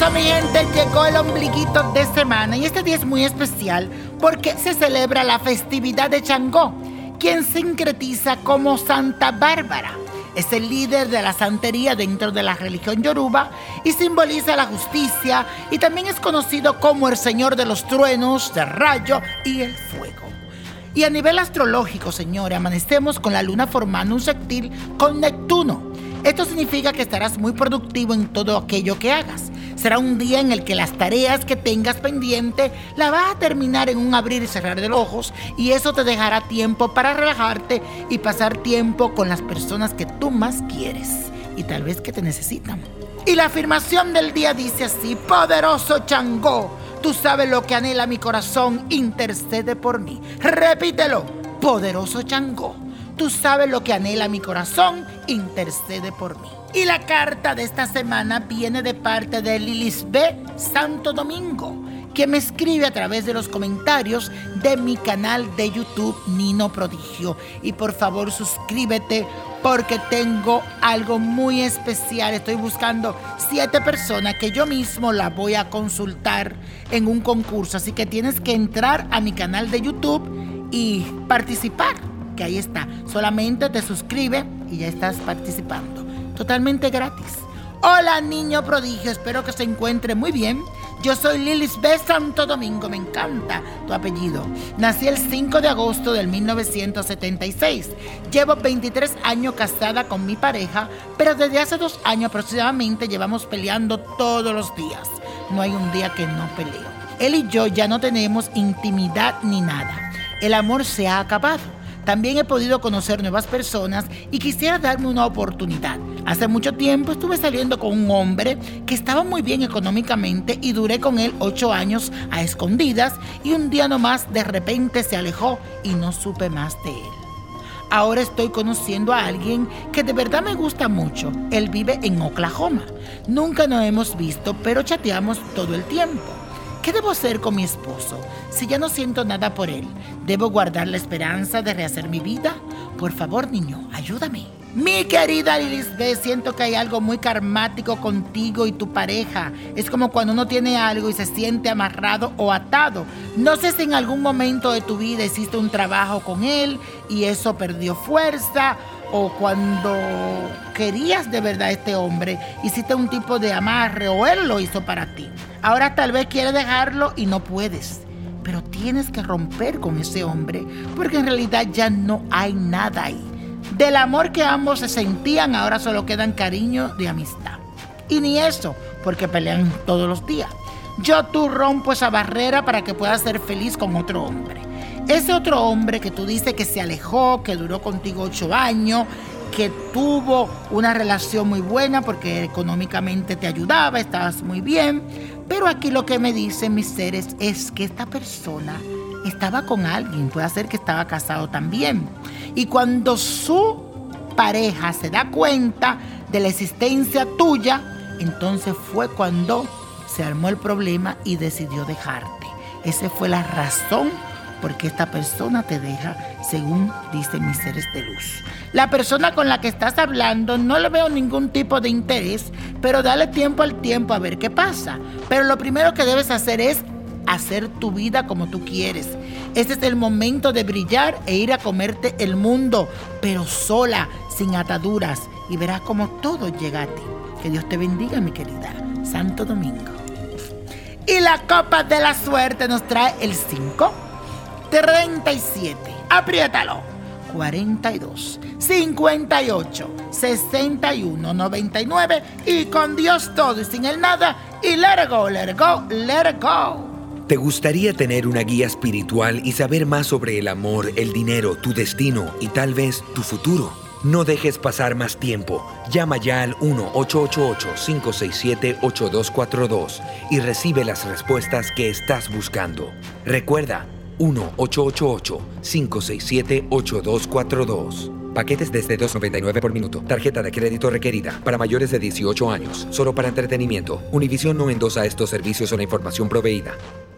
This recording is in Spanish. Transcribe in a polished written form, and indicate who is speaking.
Speaker 1: Bueno, mi gente, llegó el ombliguito de semana y este día es muy especial porque se celebra la festividad de Changó, quien sincretiza como Santa Bárbara. Es el líder de la santería dentro de la religión yoruba y simboliza la justicia, y también es conocido como el señor de los truenos, del rayo y el fuego. Y a nivel astrológico, señores, amanecemos con la luna formando un sextil con Neptuno. Esto significa que estarás muy productivo en todo aquello que hagas. Será un día en el que las tareas que tengas pendiente las vas a terminar en un abrir y cerrar de los ojos, y eso te dejará tiempo para relajarte y pasar tiempo con las personas que tú más quieres y tal vez que te necesitan. Y la afirmación del día dice así: poderoso Changó, tú sabes lo que anhela mi corazón, intercede por mí. Repítelo: poderoso Changó, tú sabes lo que anhela mi corazón, intercede por mí. Y la carta de esta semana viene de parte de Lilisbeth Santo Domingo, que me escribe a través de los comentarios de mi canal de YouTube Nino Prodigio. Y por favor suscríbete porque tengo algo muy especial. Estoy buscando 7 personas que yo mismo las voy a consultar en un concurso. Así que tienes que entrar a mi canal de YouTube y participar, que ahí está. Solamente te suscribes y ya estás participando. Totalmente gratis. Hola, niño prodigio, espero que se encuentre muy bien. Yo soy Lilisbeth Santo Domingo, me encanta tu apellido. Nací el 5 de agosto del 1976. Llevo 23 años casada con mi pareja, pero desde hace 2 años aproximadamente llevamos peleando todos los días. No hay un día que no peleo. Él y yo ya no tenemos intimidad ni nada. El amor se ha acabado. También he podido conocer nuevas personas y quisiera darme una oportunidad. Hace mucho tiempo estuve saliendo con un hombre que estaba muy bien económicamente y duré con él 8 años a escondidas, y un día nomás de repente se alejó y no supe más de él. Ahora estoy conociendo a alguien que de verdad me gusta mucho. Él vive en Oklahoma. Nunca nos hemos visto, pero chateamos todo el tiempo. ¿Qué debo hacer con mi esposo? Si ya no siento nada por él, ¿debo guardar la esperanza de rehacer mi vida? Por favor, niño, ayúdame. Mi querida Lilisbeth, siento que hay algo muy karmático contigo y tu pareja. Es como cuando uno tiene algo y se siente amarrado o atado. No sé si en algún momento de tu vida hiciste un trabajo con él y eso perdió fuerza, o cuando querías de verdad a este hombre, hiciste un tipo de amarre o él lo hizo para ti. Ahora tal vez quieres dejarlo y no puedes, pero tienes que romper con ese hombre porque en realidad ya no hay nada ahí. Del amor que ambos se sentían, ahora solo quedan cariño de amistad. Y ni eso, porque pelean todos los días. Tú rompo esa barrera para que puedas ser feliz con otro hombre. Ese otro hombre que tú dices que se alejó, que duró contigo 8 años, que tuvo una relación muy buena porque económicamente te ayudaba, estabas muy bien. Pero aquí lo que me dicen mis seres es que esta persona estaba con alguien, puede ser que estaba casado también. Y cuando su pareja se da cuenta de la existencia tuya, entonces fue cuando se armó el problema y decidió dejarte. Esa fue la razón porque esta persona te deja, según dicen mis seres de luz. La persona con la que estás hablando no le veo ningún tipo de interés, pero dale tiempo al tiempo a ver qué pasa. Pero lo primero que debes hacer es hacer tu vida como tú quieres. Este es el momento de brillar e ir a comerte el mundo, pero sola, sin ataduras, y verás cómo todo llega a ti. Que Dios te bendiga, mi querida Santo Domingo. Y la copa de la suerte nos trae el 5, 37, apriétalo, 42, 58, 61, 99, y con Dios todo y sin el nada, y let it go, let it go, let it go.
Speaker 2: ¿Te gustaría tener una guía espiritual y saber más sobre el amor, el dinero, tu destino y tal vez tu futuro? No dejes pasar más tiempo. Llama ya al 1-888-567-8242 y recibe las respuestas que estás buscando. Recuerda, 1-888-567-8242. Paquetes desde $2.99 por minuto. Tarjeta de crédito requerida para mayores de 18 años. Solo para entretenimiento. Univision no endosa estos servicios o la información proveída.